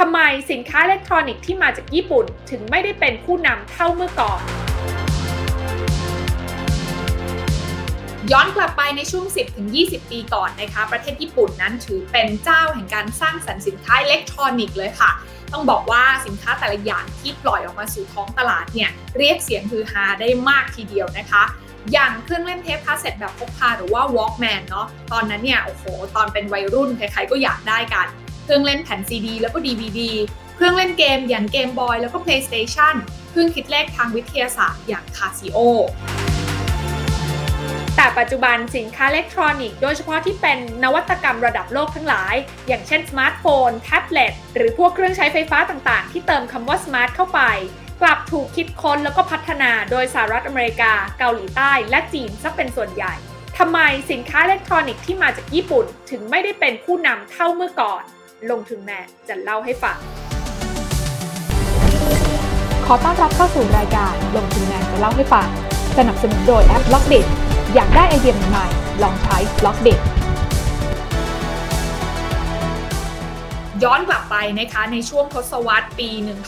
ทำไมสินค้าอิเล็กทรอนิกส์ที่มาจากญี่ปุ่นถึงไม่ได้เป็นผู้นำเท่าเมื่อก่อนย้อนกลับไปในช่วง 10-20 ปีก่อนนะคะประเทศญี่ปุ่นนั้นถือเป็นเจ้าแห่งการสร้างสรรค์สินค้าอิเล็กทรอนิกส์เลยค่ะต้องบอกว่าสินค้าแต่ละอย่างที่ปล่อยออกมาสู่ท้องตลาดเนี่ยเรียกเสียงฮือฮาได้มากทีเดียวนะคะอย่างเครื่องเล่นเทปคาสเซ็ตแบบพกพาหรือว่า Walkman เนาะตอนนั้นเนี่ยโอ้โหตอนเป็นวัยรุ่นใครๆก็อยากได้กันเครื่องเล่นแผ่น CD แล้วก็ DVD เครื่องเล่นเกมอย่างเกมบอยแล้วก็ PlayStation เครื่องคิดเลขทางวิทยาศาสตร์อย่าง Casioแต่ปัจจุบันสินค้าอิเล็กทรอนิกส์โดยเฉพาะที่เป็นนวัตกรรมระดับโลกทั้งหลายอย่างเช่นสมาร์ทโฟนแท็บเล็ตหรือพวกเครื่องใช้ไฟฟ้าต่างๆที่เติมคำว่าสมาร์ทเข้าไปกลับถูกคิดค้นแล้วก็พัฒนาโดยสหรัฐอเมริกาเกาหลีใต้และจีนซะเป็นส่วนใหญ่ทำไมสินค้าอิเล็กทรอนิกส์ที่มาจากญี่ปุ่นถึงไม่ได้เป็นผู้นำเท่าเมื่อก่อนลงทุนแม่จะเล่าให้ฟังขอต้อนรับเข้าสู่รายการลงทุนแมนจะเล่าให้ฟังสนับสนุนโดยแอป Blockdit อยากได้ไอเดียใหม่ๆลองใช้ Blockdit ย้อนกลับไปนะคะในช่วงทศวรรษปี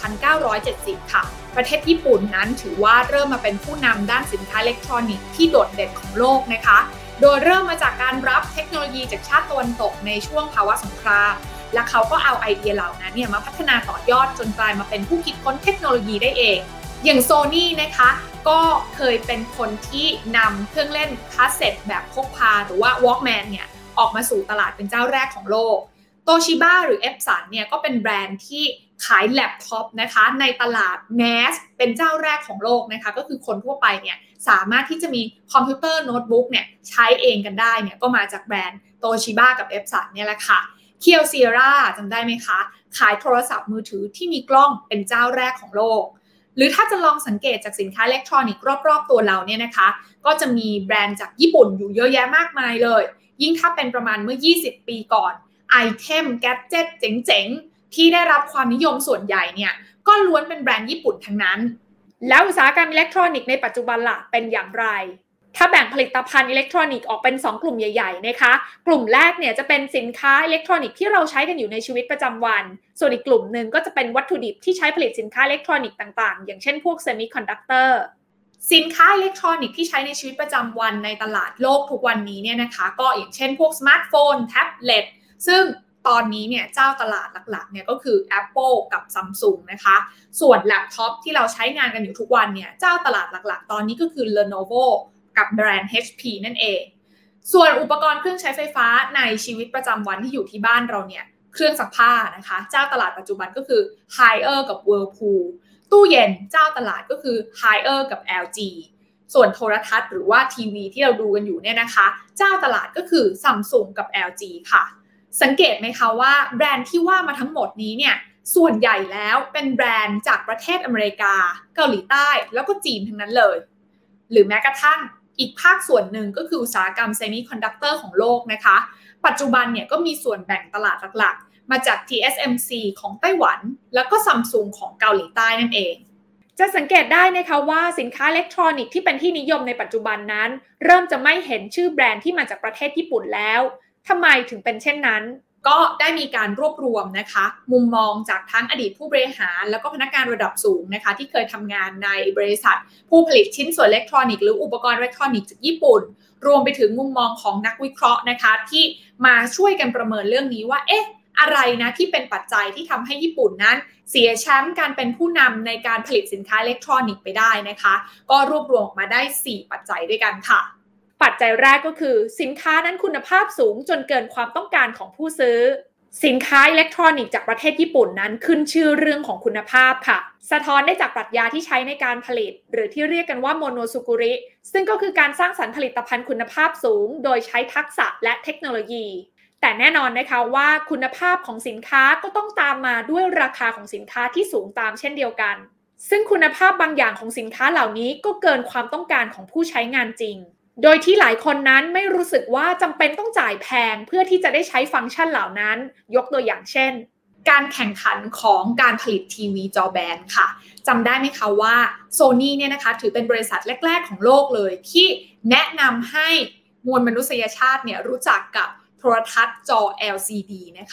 1970 ค่ะประเทศญี่ปุ่นนั้นถือว่าเริ่มมาเป็นผู้นำด้านสินค้าอิเล็กทรอนิกส์ที่โดดเด่นของโลกนะคะโดยเริ่มมาจากการรับเทคโนโลยีจากชาติตะวันตกในช่วงภาวะสงครามและเขาก็เอาไอเดียเหล่านั้นเนี่ยมาพัฒนาต่อยอดจนกลายมาเป็นผู้คิดค้นเทคโนโลยีได้เองอย่าง Sony นะคะก็เคยเป็นคนที่นำเครื่องเล่นคาสเซ็ตแบบพกพาหรือว่า Walkman เนี่ยออกมาสู่ตลาดเป็นเจ้าแรกของโลก Toshiba หรือ Epson เนี่ยก็เป็นแบรนด์ที่ขายแล็ปท็อปนะคะในตลาด NAS เป็นเจ้าแรกของโลกนะคะก็คือคนทั่วไปเนี่ยสามารถที่จะมีคอมพิวเตอร์โน้ตบุ๊กเนี่ยใช้เองกันได้เนี่ยก็มาจากแบรนด์ Toshiba กับ Epson เนี่ยแหละค่ะKyocera จำได้ไหมคะขายโทรศัพท์มือถือที่มีกล้องเป็นเจ้าแรกของโลกหรือถ้าจะลองสังเกตจากสินค้าอิเล็กทรอนิกส์รอบๆตัวเราเนี่ยนะคะก็จะมีแบรนด์จากญี่ปุ่นอยู่เยอะแยะมากมายเลยยิ่งถ้าเป็นประมาณเมื่อ20 ปีก่อนไอเทมแกดเจ็ตเจ๋งๆที่ได้รับความนิยมส่วนใหญ่เนี่ยก็ล้วนเป็นแบรนด์ญี่ปุ่นทั้งนั้นแล้วอุตสาหกรรมอิเล็กทรอนิกส์ในปัจจุบันล่ะเป็นอย่างไรถ้าแบ่งผลิตภัณฑ์อิเล็กทรอนิกส์ออกเป็น2กลุ่มใหญ่ๆนะคะกลุ่มแรกเนี่ยจะเป็นสินค้าอิเล็กทรอนิกส์ที่เราใช้กันอยู่ในชีวิตประจำวันส่วนอีกกลุ่มหนึ่งก็จะเป็นวัตถุดิบที่ใช้ผลิตสินค้าอิเล็กทรอนิกส์ต่างๆอย่างเช่นพวกเซมิคอนดักเตอร์สินค้าอิเล็กทรอนิกส์ที่ใช้ในชีวิตประจำวันในตลาดโลกทุกวันนี้เนี่ยนะคะก็อย่างเช่นพวกสมาร์ทโฟนแท็บเล็ตซึ่งตอนนี้เนี่ยเจ้าตลาดหลักๆเนี่ยก็คือ Apple กับ Samsung นะคะส่วนแล็ปท็อปที่เราใช้งานกันอยู่ทุกวันเนี่ยเจ้าตลาดหลักๆตอนนี้ก็คือ Lenovoกับแบรนด์ HP นั่นเองส่วนอุปกรณ์เครื่องใช้ไฟฟ้าในชีวิตประจำวันที่อยู่ที่บ้านเราเนี่ยเครื่องซักผ้านะคะเจ้าตลาดปัจจุบันก็คือ Haier กับ Whirlpool ตู้เย็นเจ้าตลาดก็คือ Haier กับ LG ส่วนโทรทัศน์หรือว่าทีวีที่เราดูกันอยู่เนี่ยนะคะเจ้าตลาดก็คือ Samsung กับ LG ค่ะสังเกตไหมคะว่าแบรนด์ที่ว่ามาทั้งหมดนี้เนี่ยส่วนใหญ่แล้วเป็นแบรนด์จากประเทศอเมริกาเกาหลีใต้แล้วก็จีนทั้งนั้นเลยหรือแม้กระทั่งอีกภาคส่วนหนึ่งก็คืออุตสาหกรรมเซมิคอนดักเตอร์ของโลกนะคะปัจจุบันเนี่ยก็มีส่วนแบ่งตลาดหลักๆมาจาก TSMC ของไต้หวันแล้วก็ Samsung ของเกาหลีใต้นั่นเองจะสังเกตได้นะคะว่าสินค้าอิเล็กทรอนิกส์ที่เป็นที่นิยมในปัจจุบันนั้นเริ่มจะไม่เห็นชื่อแบรนด์ที่มาจากประเทศญี่ปุ่นแล้วทำไมถึงเป็นเช่นนั้นก็ได้มีการรวบรวมนะคะมุมมองจากทั้งอดีตผู้บริหารแล้วก็พนักงานระดับสูงนะคะที่เคยทำงานในบริษัทผู้ผลิตชิ้นส่วนอิเล็กทรอนิกส์หรืออุปกรณ์อิเล็กทรอนิกส์จากญี่ปุ่นรวมไปถึงมุมมองของนักวิเคราะห์นะคะที่มาช่วยกันประเมินเรื่องนี้ว่าอะไรนะที่เป็นปัจจัยที่ทำให้ญี่ปุ่นนั้นเสียแชมป์การเป็นผู้นำในการผลิตสินค้าอิเล็กทรอนิกส์ไปได้นะคะก็รวบรวมออกมาได้4ปัจจัยด้วยกันค่ะปัจจัยแรกก็คือสินค้านั้นคุณภาพสูงจนเกินความต้องการของผู้ซื้อสินค้าอิเล็กทรอนิกส์จากประเทศญี่ปุ่นนั้นขึ้นชื่อเรื่องของคุณภาพค่ะสะท้อนได้จากปรัชญาที่ใช้ในการผลิตหรือที่เรียกกันว่าโมโนซุกุริซึ่งก็คือการสร้างสรรค์ผลิตภัณฑ์คุณภาพสูงโดยใช้ทักษะและเทคโนโลยีแต่แน่นอนนะคะว่าคุณภาพของสินค้าก็ต้องตามมาด้วยราคาของสินค้าที่สูงตามเช่นเดียวกันซึ่งคุณภาพบางอย่างของสินค้าเหล่านี้ก็เกินความต้องการของผู้ใช้งานจริงโดยที่หลายคนนั้นไม่รู้สึกว่าจำเป็นต้องจ่ายแพงเพื่อที่จะได้ใช้ฟังก์ชันเหล่านั้นยกตัวอย่างเช่นการแข่งขันของการผลิตทีวีจอแบนค่ะจำได้ไหมคะว่า Sony เนี่ยนะคะถือเป็นบริษัทแรกๆของโลกเลยที่แนะนำให้มวลมนุษยชาติเนี่ยรู้จักกับโทรทัศน์จอ LCD นะคะ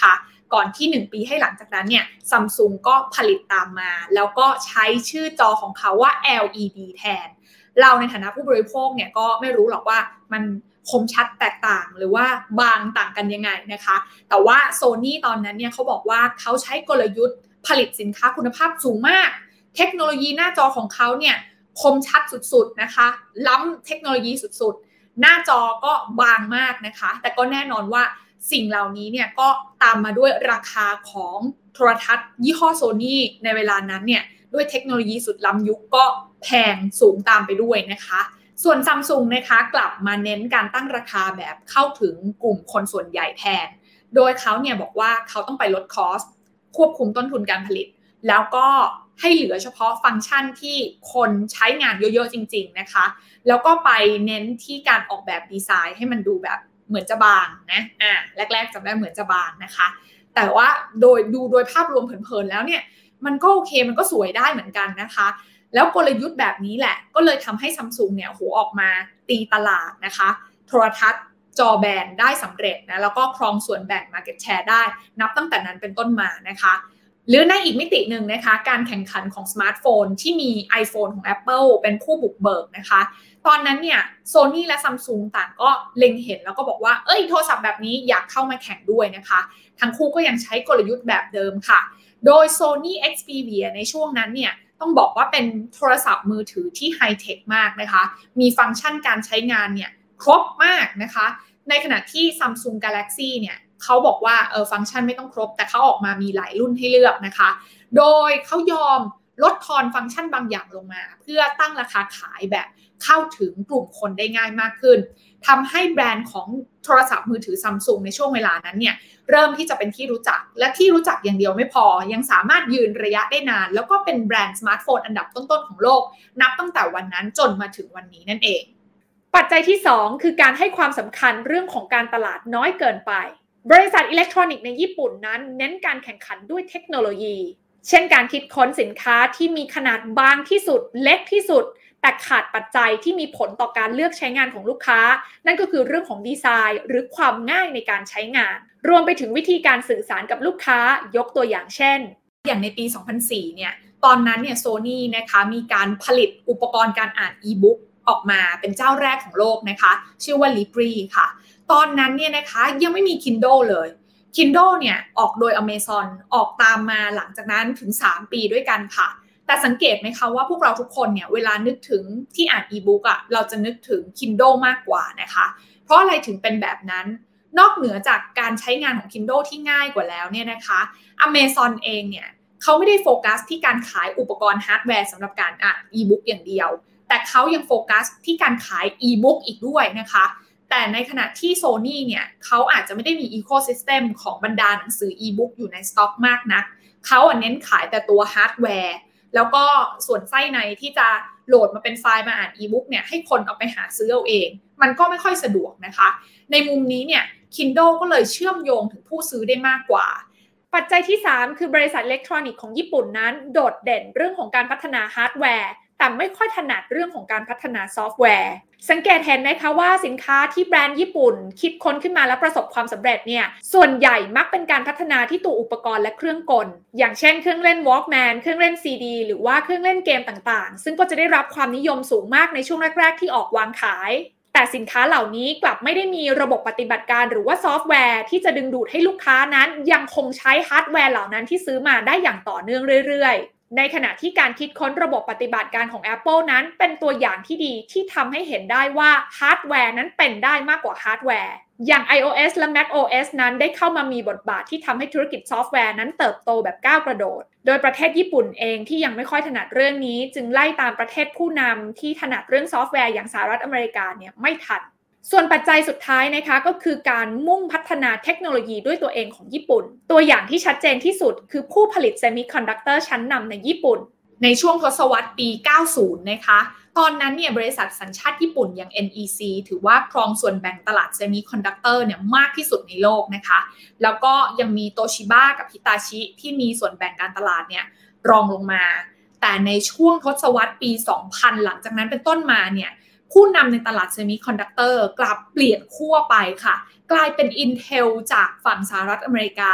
ก่อนที่1ปีให้หลังจากนั้นเนี่ย Samsung ก็ผลิตตามมาแล้วก็ใช้ชื่อจอของเขาว่า LED แทนเราในฐานะผู้บริโภคเนี่ยก็ไม่รู้หรอกว่ามันคมชัดแตกต่างหรือว่าบางต่างกันยังไงนะคะแต่ว่า Sony ตอนนั้นเนี่ยเขาบอกว่าเขาใช้กลยุทธ์ผลิตสินค้าคุณภาพสูงมากเทคโนโลยีหน้าจอของเขาเนี่ยคมชัดสุดๆนะคะล้ำเทคโนโลยีสุดๆหน้าจอก็บางมากนะคะแต่ก็แน่นอนว่าสิ่งเหล่านี้เนี่ยก็ตามมาด้วยราคาของโทรทัศน์ยี่ห้อ Sony ในเวลานั้นเนี่ยด้วยเทคโนโลยีสุดล้ำยุคก็แพงสูงตามไปด้วยนะคะส่วน Samsung นะคะกลับมาเน้นการตั้งราคาแบบเข้าถึงกลุ่มคนส่วนใหญ่แทนโดยเขาเนี่ยบอกว่าเขาต้องไปลดคอสควบคุมต้นทุนการผลิตแล้วก็ให้เหลือเฉพาะฟังก์ชันที่คนใช้งานเยอะๆจริงๆนะคะแล้วก็ไปเน้นที่การออกแบบดีไซน์ให้มันดูแบบเหมือนจะบางนะแรกๆจำได้เหมือนจะบางนะคะแต่ว่าโดยภาพรวมเผินๆแล้วเนี่ยมันก็โอเคมันก็สวยได้เหมือนกันนะคะแล้วกลยุทธ์แบบนี้แหละก็เลยทำให้ Samsung เนี่ยออกมาตีตลาดนะคะโทรทัศน์จอแบนได้สำเร็จนะแล้วก็ครองส่วนแบ่ง market share ได้นับตั้งแต่นั้นเป็นต้นมานะคะหรือในอีกมิติหนึ่งนะคะการแข่งขันของสมาร์ทโฟนที่มี iPhone ของ Apple เป็นผู้บุกเบิกนะคะตอนนั้นเนี่ย Sony และ Samsung ต่างก็เล็งเห็นแล้วก็บอกว่าโทรศัพท์แบบนี้อยากเข้ามาแข่งด้วยนะคะทั้งคู่ก็ยังใช้กลยุทธ์แบบเดิมค่ะโดย Sony Xperia ในช่วงนั้นเนี่ยต้องบอกว่าเป็นโทรศัพท์มือถือที่ไฮเทคมากนะคะมีฟังก์ชันการใช้งานเนี่ยครบมากนะคะในขณะที่ Samsung Galaxy เนี่ยเขาบอกว่าฟังก์ชันไม่ต้องครบแต่เขาออกมามีหลายรุ่นให้เลือกนะคะโดยเขายอมลดทอนฟังก์ชันบางอย่างลงมาเพื่อตั้งราคาขายแบบเข้าถึงกลุ่มคนได้ง่ายมากขึ้นทำให้แบรนด์ของโทรศัพท์มือถือ Samsung ในช่วงเวลานั้นเนี่ยเริ่มที่จะเป็นที่รู้จักและที่รู้จักอย่างเดียวไม่พอยังสามารถยืนระยะได้นานแล้วก็เป็นแบรนด์สมาร์ทโฟนอันดับต้นๆของโลกนับตั้งแต่วันนั้นจนมาถึงวันนี้นั่นเองปัจจัยที่2คือการให้ความสำคัญเรื่องของการตลาดน้อยเกินไปบริษัทอิเล็กทรอนิกส์ในญี่ปุ่นนั้นเน้นการแข่งขันด้วยเทคโนโลยีเช่นการคิดค้นสินค้าที่มีขนาดบางที่สุดเล็กที่สุดแต่ขาดปัจจัยที่มีผลต่อการเลือกใช้งานของลูกค้านั่นก็คือเรื่องของดีไซน์หรือความง่ายในการใช้งานรวมไปถึงวิธีการสื่อสารกับลูกค้ายกตัวอย่างเช่นอย่างในปี 2004 เนี่ยตอนนั้นเนี่ย Sony นะคะมีการผลิตอุปกรณ์การอ่านอีบุ๊กออกมาเป็นเจ้าแรกของโลกนะคะชื่อว่า Libri ค่ะตอนนั้นเนี่ยนะคะยังไม่มี Kindle เลย Kindle เนี่ยออกโดย Amazon ออกตามมาหลังจากนั้นถึง3 ปีด้วยกันค่ะแต่สังเกตไหมคะว่าพวกเราทุกคนเนี่ยเวลานึกถึงที่อ่านอีบุ๊กเราจะนึกถึง Kindle มากกว่านะคะเพราะอะไรถึงเป็นแบบนั้นนอกเหนือจากการใช้งานของ Kindle ที่ง่ายกว่าแล้วเนี่ยนะคะ Amazon เองเนี่ยเขาไม่ได้โฟกัสที่การขายอุปกรณ์ฮาร์ดแวร์สำหรับการอ่านอีบุ๊กอย่างเดียวแต่เขายังโฟกัสที่การขายอีบุ๊กอีกด้วยนะคะแต่ในขณะที่ Sony เนี่ยเขาอาจจะไม่ได้มีอีโคซิสเต็มของบรรดาหนังสืออีบุ๊กอยู่ในสต็อกมากนักเขาเน้นขายแต่ตัวฮาร์ดแวร์แล้วก็ส่วนไส้ในที่จะโหลดมาเป็นไฟล์มาอ่านอีบุ๊กเนี่ยให้คนเอาไปหาซื้อเอาเองมันก็ไม่ค่อยสะดวกนะคะในมุมนี้เนี่ย Kindle ก็เลยเชื่อมโยงถึงผู้ซื้อได้มากกว่าปัจจัยที่3คือบริษัทอิเล็กทรอนิกส์ของญี่ปุ่นนั้นโดดเด่นเรื่องของการพัฒนาฮาร์ดแวร์แต่ไม่ค่อยถนัดเรื่องของการพัฒนาซอฟต์แวร์สังเกตเห็นไหมคะว่าสินค้าที่แบรนด์ญี่ปุ่นคิดค้นขึ้นมาแล้วประสบความสำเร็จเนี่ยส่วนใหญ่มักเป็นการพัฒนาที่ตัวอุปกรณ์และเครื่องกลอย่างเช่นเครื่องเล่น Walkman เครื่องเล่น CD หรือว่าเครื่องเล่นเกมต่างๆซึ่งก็จะได้รับความนิยมสูงมากในช่วงแรกๆที่ออกวางขายแต่สินค้าเหล่านี้กลับไม่ได้มีระบบปฏิบัติการหรือว่าซอฟต์แวร์ที่จะดึงดูดให้ลูกค้านั้นยังคงใช้ฮาร์ดแวร์เหล่านั้นที่ซื้อมาได้อย่างต่อเนื่องเรื่อยๆในขณะที่การคิดค้นระบบปฏิบัติการของ Apple นั้นเป็นตัวอย่างที่ดีที่ทำให้เห็นได้ว่าฮาร์ดแวร์นั้นเป็นได้มากกว่าฮาร์ดแวร์อย่าง iOS และ macOS นั้นได้เข้ามามีบทบาทที่ทำให้ธุรกิจซอฟต์แวร์นั้นเติบโตแบบก้าวกระโดดโดยประเทศญี่ปุ่นเองที่ยังไม่ค่อยถนัดเรื่องนี้จึงไล่ตามประเทศผู้นำที่ถนัดเรื่องซอฟต์แวร์อย่างสหรัฐอเมริกาเนี่ยไม่ทันส่วนปัจจัยสุดท้ายนะคะก็คือการมุ่งพัฒนาเทคโนโลยีด้วยตัวเองของญี่ปุ่นตัวอย่างที่ชัดเจนที่สุดคือผู้ผลิตเซมิคอนดักเตอร์ชั้นนำในญี่ปุ่นในช่วงทศวรรษปี 90 นะคะตอนนั้นเนี่ยบริษัทสัญชาติญี่ปุ่นอย่าง NEC ถือว่าครองส่วนแบ่งตลาดเซมิคอนดักเตอร์เนี่ยมากที่สุดในโลกนะคะแล้วก็ยังมีโตชิบะกับฮิตาชิที่มีส่วนแบ่งการตลาดเนี่ยรองลงมาแต่ในช่วงทศวรรษปี 2000 หลังจากนั้นเป็นต้นมาเนี่ยผู้นำในตลาดเซมิคอนดักเตอร์กลับเปลี่ยนขั้วไปค่ะกลายเป็น Intel จากฝั่งสหรัฐอเมริกา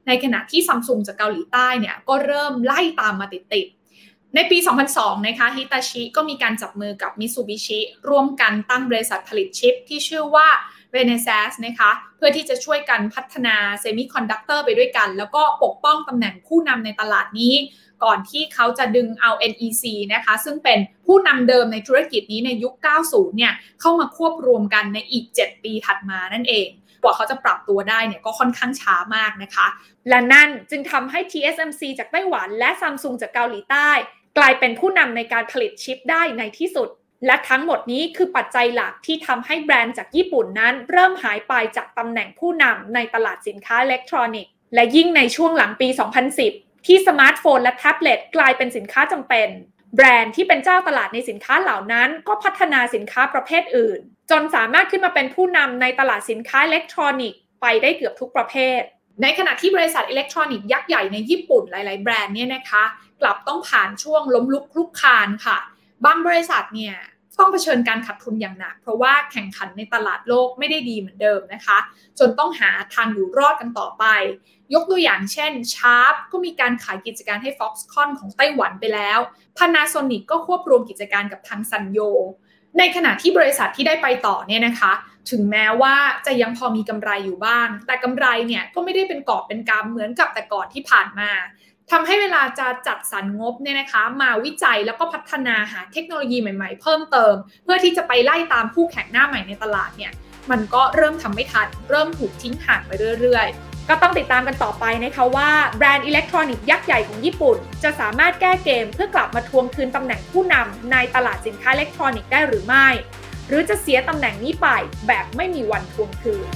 ในขณะที่ Samsung จากเกาหลีใต้เนี่ยก็เริ่มไล่ตามมาติดในปี 2002 นะคะฮิตาชิก็มีการจับมือกับ Mitsubishi ร่วมกันตั้งบริษัทผลิตชิปที่ชื่อว่า Renesas นะคะเพื่อที่จะช่วยกันพัฒนาเซมิคอนดักเตอร์ไปด้วยกันแล้วก็ปกป้องตำแหน่งผู้นำในตลาดนี้ก่อนที่เขาจะดึงเอา NEC นะคะซึ่งเป็นผู้นำเดิมในธุรกิจนี้ในยุค 90 เนี่ยเข้ามาควบรวมกันในอีก 7 ปีถัดมานั่นเองกว่าเขาจะปรับตัวได้เนี่ยก็ค่อนข้างช้ามากนะคะและนั่นจึงทำให้ TSMC จากไต้หวันและ Samsung จากเกาหลีใต้กลายเป็นผู้นำในการผลิตชิปได้ในที่สุดและทั้งหมดนี้คือปัจจัยหลักที่ทำให้แบรนด์จากญี่ปุ่นนั้นเริ่มหายไปจากตำแหน่งผู้นำในตลาดสินค้าอิเล็กทรอนิกส์และยิ่งในช่วงหลังปี 2010 ที่สมาร์ทโฟนและแท็บเล็ตกลายเป็นสินค้าจำเป็นแบรนด์ที่เป็นเจ้าตลาดในสินค้าเหล่านั้นก็พัฒนาสินค้าประเภทอื่นจนสามารถขึ้นมาเป็นผู้นำในตลาดสินค้าอิเล็กทรอนิกส์ไปได้เกือบทุกประเภทในขณะที่บริษัทอิเล็กทรอนิกส์ยักษ์ใหญ่ในญี่ปุ่นหลายๆแบรนด์เนี่ยนะคะกลับต้องผ่านช่วงล้มลุกคลุกคลานค่ะบางบริษัทเนี่ยต้องเผชิญการขาดทุนอย่างหนักเพราะว่าแข่งขันในตลาดโลกไม่ได้ดีเหมือนเดิมนะคะจนต้องหาทางอยู่รอดกันต่อไปยกตัวอย่างเช่น Sharp ก็มีการขายกิจการให้ Foxconn ของไต้หวันไปแล้ว Panasonic ก็ควบรวมกิจการกับทางซันโยในขณะที่บริษัทที่ได้ไปต่อเนี่ยนะคะถึงแม้ว่าจะยังพอมีกำไรอยู่บ้างแต่กำไรเนี่ยก็ไม่ได้เป็นกอบเป็นกำเหมือนกับแต่ก่อนที่ผ่านมาทำให้เวลาจะจัดสรรงบเนี่ยนะคะมาวิจัยแล้วก็พัฒนาหาเทคโนโลยีใหม่ๆเพิ่มเติมเพื่อที่จะไปไล่ตามคู่แข่งหน้าใหม่ในตลาดเนี่ยมันก็เริ่มทำไม่ทันเริ่มถูกทิ้งห่างไปเรื่อยๆก็ต้องติดตามกันต่อไปนะคะว่าแบรนด์อิเล็กทรอนิกส์ยักษ์ใหญ่ของญี่ปุ่นจะสามารถแก้เกมเพื่อกลับมาทวงคืนตำแหน่งผู้นำในตลาดสินค้าอิเล็กทรอนิกส์ได้หรือไม่หรือจะเสียตำแหน่งนี้ไปแบบไม่มีวันทวงคืน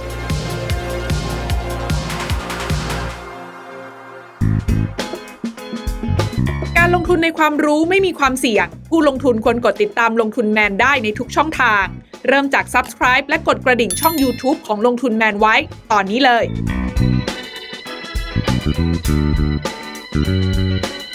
การลงทุนในความรู้ไม่มีความเสี่ยงผู้ลงทุนควรกดติดตามลงทุนแมนได้ในทุกช่องทางเริ่มจาก Subscribe และกดกระดิ่งช่อง YouTube ของลงทุนแมนไว้ตอนนี้เลย